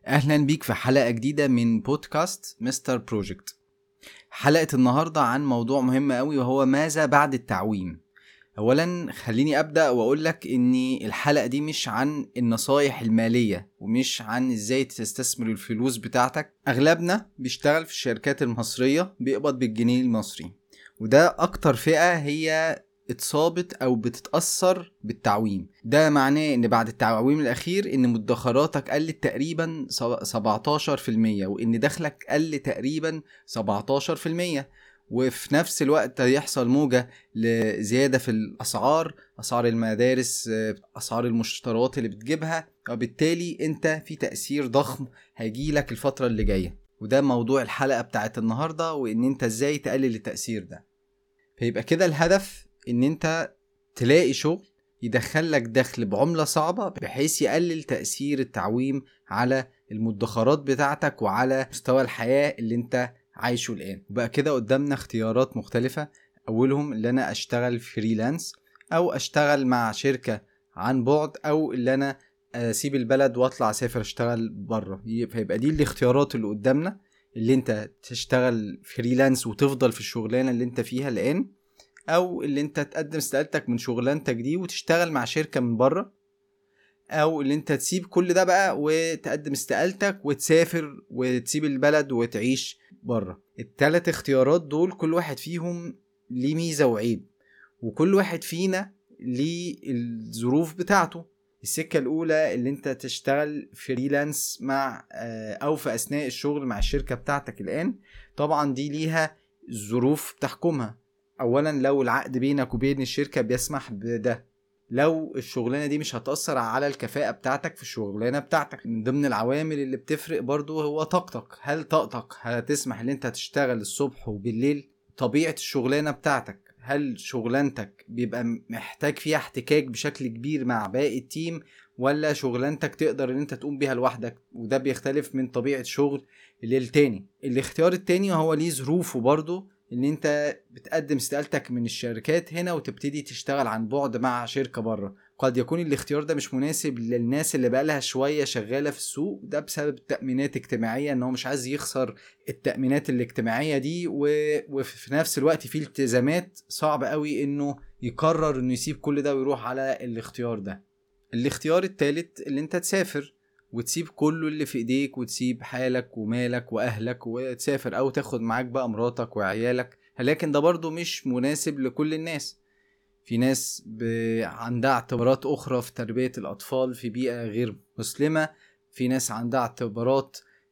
أهلا بيك في حلقة جديدة من بودكاست مستر بروجكت. حلقة النهاردة عن موضوع مهم قوي وهو ماذا بعد التعويم. أولا خليني أبدأ وأقولك إن الحلقة دي مش عن النصايح المالية ومش عن إزاي تستثمر الفلوس بتاعتك. أغلبنا بيشتغل في الشركات المصرية بيقبض بالجنيه المصري، وده أكتر فئة هي اتصابت او بتتأثر بالتعويم. ده معناه ان بعد التعويم الاخير ان مدخراتك قلت تقريبا 17%، وان دخلك قل تقريبا 17%، وفي نفس الوقت يحصل موجة لزيادة في اسعار المدارس، اسعار المشتريات اللي بتجيبها، وبالتالي انت في تأثير ضخم هيجيلك الفترة اللي جاية. وده موضوع الحلقة بتاعت النهاردة، وان انت ازاي تقلل التأثير ده. فيبقى كده الهدف ان انت تلاقي شغل يدخلك دخل بعملة صعبة بحيث يقلل تأثير التعويم على المدخرات بتاعتك وعلى مستوى الحياة اللي انت عايشه الآن. وبقى كده قدامنا اختيارات مختلفة. أولهم اللي أنا أشتغل فريلانس، أو أشتغل مع شركة عن بعد، أو اللي أنا أسيب البلد وأطلع أسافر أشتغل بره. فيبقى دي الاختيارات اللي قدامنا، اللي انت تشتغل فريلانس وتفضل في الشغلانة اللي انت فيها الآن، او اللي انت تقدم استقالتك من شغلانتك دي وتشتغل مع شركة من بره، او اللي انت تسيب كل ده بقى وتقدم استقالتك وتسافر وتسيب البلد وتعيش بره. الثلاث اختيارات دول كل واحد فيهم ليه ميزة وعيب، وكل واحد فينا ليه الظروف بتاعته. السكة الأولى اللي انت تشتغل فريلانس مع أو في أثناء الشغل مع الشركة بتاعتك الآن، طبعا دي ليها ظروف تحكمها. أولا لو العقد بينك وبين الشركة بيسمح بده، لو الشغلانة دي مش هتأثر على الكفاءة بتاعتك في الشغلانة بتاعتك. من ضمن العوامل اللي بتفرق برضو هو طاقتك. هل طاقتك هتسمح ان انت تشتغل الصبح وبالليل؟ طبيعة الشغلانة بتاعتك، هل شغلانتك بيبقى محتاج فيها احتكاك بشكل كبير مع باقي التيم، ولا شغلانتك تقدر ان انت تقوم بيها لوحدك؟ وده بيختلف من طبيعة شغل للتاني. الاختيار التاني هو ليه ظروفه برضو، ان انت بتقدم استقالتك من الشركات هنا وتبتدي تشتغل عن بعد مع شركة بره. قد يكون الاختيار ده مش مناسب للناس اللي بقالها شوية شغالة في السوق، ده بسبب تأمينات اجتماعية، ان هو مش عايز يخسر التأمينات الاجتماعية دي، وفي نفس الوقت فيه التزامات صعب قوي انه يقرر انه يسيب كل ده ويروح على الاختيار ده. الاختيار الثالث اللي انت تسافر وتسيب كله اللي في ايديك، وتسيب حالك ومالك واهلك وتسافر، او تاخد معاك بقى مراتك وعيالك. لكن ده برضو مش مناسب لكل الناس. في ناس عندها اعتبارات اخرى في تربية الاطفال في بيئة غير مسلمة. في ناس عندها اعتبارات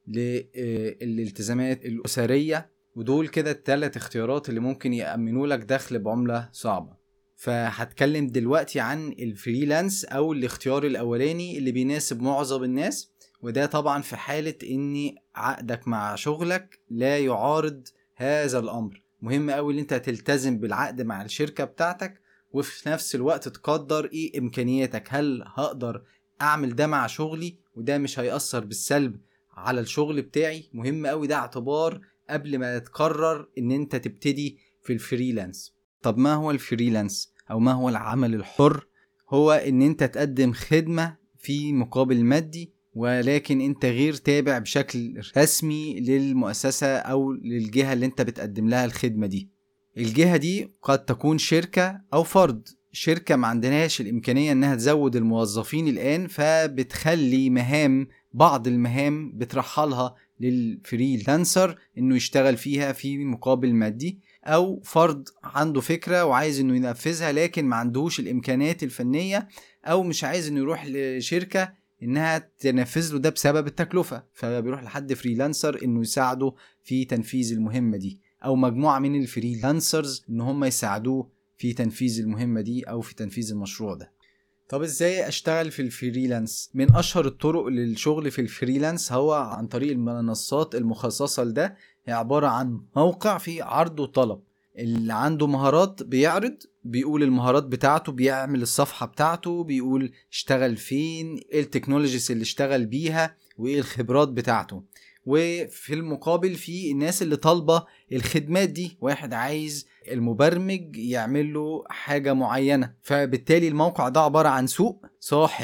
للالتزامات الاسرية. ودول كده الثلاث اختيارات اللي ممكن يأمنوا لك دخل بعملة صعبة. فهتكلم دلوقتي عن الفريلانس او الاختيار الاولاني اللي بيناسب معظم الناس، وده طبعا في حالة ان عقدك مع شغلك لا يعارض هذا الامر. مهم قوي ان انت تلتزم بالعقد مع الشركة بتاعتك، وفي نفس الوقت تقدر ايه امكانياتك. هل هقدر اعمل ده مع شغلي وده مش هيأثر بالسلب على الشغل بتاعي؟ مهم قوي ده اعتبار قبل ما تقرر ان انت تبتدي في الفريلانس. طب ما هو الفريلانس او ما هو العمل الحر؟ هو ان انت تقدم خدمة في مقابل مادي، ولكن انت غير تابع بشكل رسمي للمؤسسة او للجهة اللي انت بتقدم لها الخدمة دي. الجهة دي قد تكون شركة او فرد. شركة ما عندناش الامكانية انها تزود الموظفين الان، فبتخلي بعض المهام بترحلها للفريلانسر انه يشتغل فيها في مقابل مادي. او فرد عنده فكرة وعايز انه ينفذها لكن ما عندهوش الامكانيات الفنية، او مش عايز انه يروح لشركة انها تنفذ له ده بسبب التكلفة، فبيروح لحد فريلانسر انه يساعده في تنفيذ المهمة دي، او مجموعة من الفريلانسرز ان هم يساعدوه في تنفيذ المهمة دي او في تنفيذ المشروع ده. طب ازاي اشتغل في الفريلانس؟ من اشهر الطرق للشغل في الفريلانس هو عن طريق المنصات المخصصة لده. هي عبارة عن موقع فيه عرض وطلب. اللي عنده مهارات بيعرض، بيقول المهارات بتاعته، بيعمل الصفحة بتاعته، بيقول اشتغل فين، ايه التكنولوجيز اللي اشتغل بيها، وايه الخبرات بتاعته. وفي المقابل في الناس اللي طالبة الخدمات دي، واحد عايز المبرمج يعمل له حاجة معينة. فبالتالي الموقع ده عبارة عن سوق. صاحب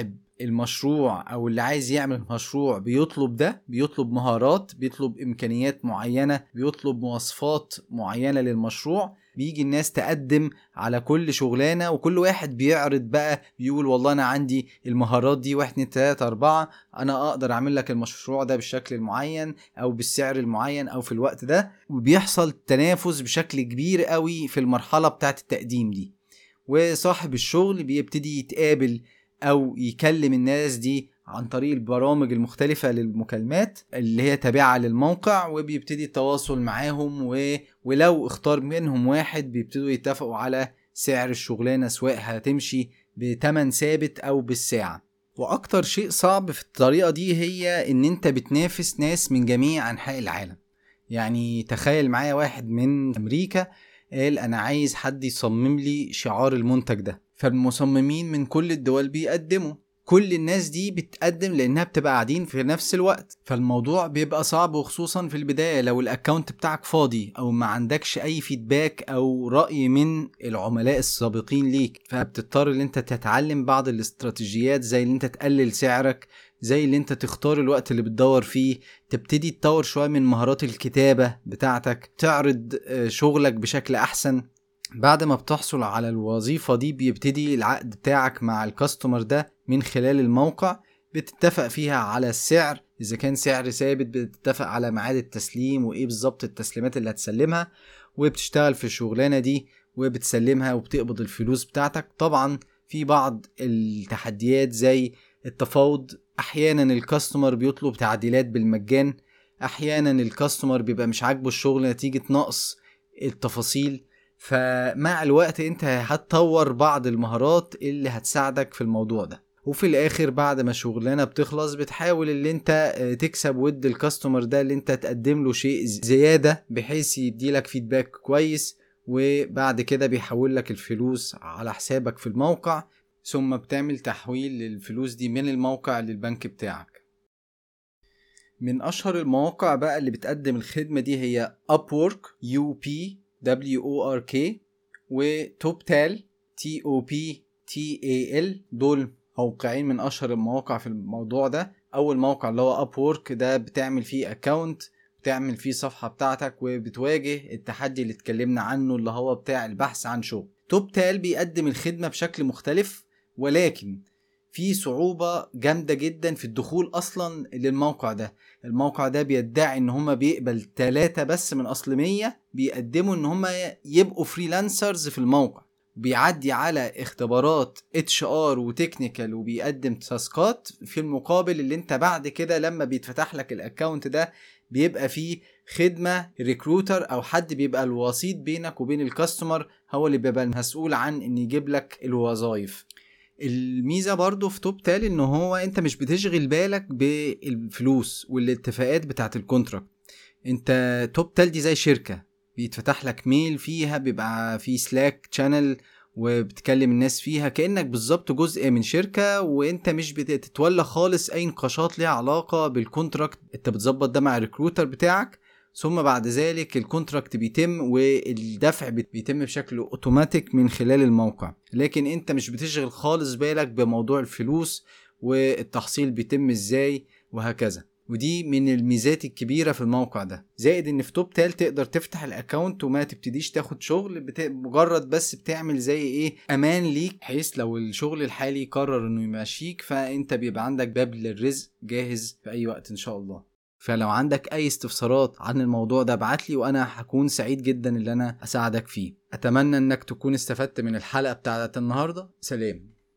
المشروع او اللي عايز يعمل مشروع بيطلب ده، بيطلب مهارات، بيطلب امكانيات معينة، بيطلب مواصفات معينة للمشروع. بيجي الناس تقدم على كل شغلانة، وكل واحد بيعرض بقى، بيقول والله انا عندي المهارات دي 1 2 3 4، انا اقدر اعمل لك المشروع ده بالشكل المعين او بالسعر المعين او في الوقت ده. وبيحصل تنافس بشكل كبير قوي في المرحلة بتاعت التقديم دي، وصاحب الشغل بيبتدي يتقابل او يكلم الناس دي عن طريق البرامج المختلفة للمكالمات اللي هي تابعة للموقع، وبيبتدي التواصل معاهم ولو اختار منهم واحد بيبتدوا يتفقوا على سعر الشغلانة، سواء هتمشي بتمن ثابت او بالساعة. واكتر شيء صعب في الطريقة دي هي ان انت بتنافس ناس من جميع انحاء العالم. يعني تخيل معايا واحد من امريكا قال انا عايز حد يصمم لي شعار المنتج ده، فالمصممين من كل الدول بيقدموا، كل الناس دي بتقدم لانها بتبقى قاعدين في نفس الوقت، فالموضوع بيبقى صعب، وخصوصا في البداية لو الاكاونت بتاعك فاضي او ما عندكش اي فيدباك او رأي من العملاء السابقين ليك، فبتضطر ان انت تتعلم بعض الاستراتيجيات، زي ان انت تقلل سعرك، زي اللي انت تختار الوقت اللي بتدور فيه، تبتدي تطور شوية من مهارات الكتابة بتاعتك، تعرض شغلك بشكل احسن. بعد ما بتحصل على الوظيفة دي بيبتدي العقد بتاعك مع الكاستمر ده من خلال الموقع، بتتفق فيها على السعر، اذا كان سعر ثابت بتتفق على ميعاد التسليم وايه بالظبط التسليمات اللي هتسلمها، وبتشتغل في الشغلانة دي وبتسلمها وبتقبض الفلوس بتاعتك. طبعا في بعض التحديات زي التفاوض، احيانا الكاستمر بيطلب تعديلات بالمجان، احيانا الكاستمر بيبقى مش عاجبه الشغل نتيجة نقص التفاصيل. فمع الوقت انت هتطور بعض المهارات اللي هتساعدك في الموضوع ده، وفي الاخر بعد ما شغلانة بتخلص بتحاول اللي انت تكسب ود الكاستمر ده، اللي انت تقدم له شيء زيادة بحيث يديلك فيدباك كويس، وبعد كده بيحول لك الفلوس على حسابك في الموقع، ثم بتعمل تحويل للفلوس دي من الموقع للبنك بتاعك. من اشهر المواقع بقى اللي بتقدم الخدمة دي هي Upwork UPWORK وتوبتال TOPTAL. دول موقعين من اشهر المواقع في الموضوع ده. اول موقع اللي هو Upwork ده بتعمل فيه اكاونت، بتعمل فيه صفحة بتاعتك، وبتواجه التحدي اللي اتكلمنا عنه اللي هو بتاع البحث عن شغل. توبتال بيقدم الخدمة بشكل مختلف، ولكن في صعوبة جامدة جدا في الدخول اصلا للموقع ده. الموقع ده بيدعي ان هم بيقبل 3 بس من اصل 100 بيقدموا ان هم يبقوا فريلانسرز في الموقع، بيعدي على اختبارات HR وتكنيكال، وبيقدم تاسكات في المقابل اللي انت بعد كده لما بيتفتح لك الاكاونت ده بيبقى فيه خدمة ريكروتر او حد بيبقى الوسيط بينك وبين الكاستمر، هو اللي بيبقى المسؤول عن ان يجيب لك الوظائف. الميزة برضو في توبتال ان هو انت مش بتشغل بالك بالفلوس والاتفاقات بتاعت الكونتراكت. انت توبتال دي زي شركة بيتفتح لك ميل فيها، بيبقى في سلاك تشانل وبتكلم الناس فيها كأنك بالظبط جزء من شركة، وانت مش بتتولى خالص اي نقاشات ليها علاقة بالكونتراكت. انت بتظبط ده مع الريكروتر بتاعك، ثم بعد ذلك الكونتراكت بيتم والدفع بيتم بشكل اوتوماتيك من خلال الموقع، لكن انت مش بتشغل خالص بالك بموضوع الفلوس والتحصيل بيتم ازاي وهكذا. ودي من الميزات الكبيرة في الموقع ده، زائد ان في توبتال تقدر تفتح الاكاونت وما تبتديش تاخد شغل، مجرد بس بتعمل زي ايه امان ليك، حيث لو الشغل الحالي قرر انه يمشيك فانت بيبقى عندك باب للرزق جاهز في اي وقت ان شاء الله. فلو عندك اي استفسارات عن الموضوع ده ابعتلي، وانا هكون سعيد جدا ان انا اساعدك فيه. اتمنى انك تكون استفدت من الحلقة بتاعت النهاردة. سلام.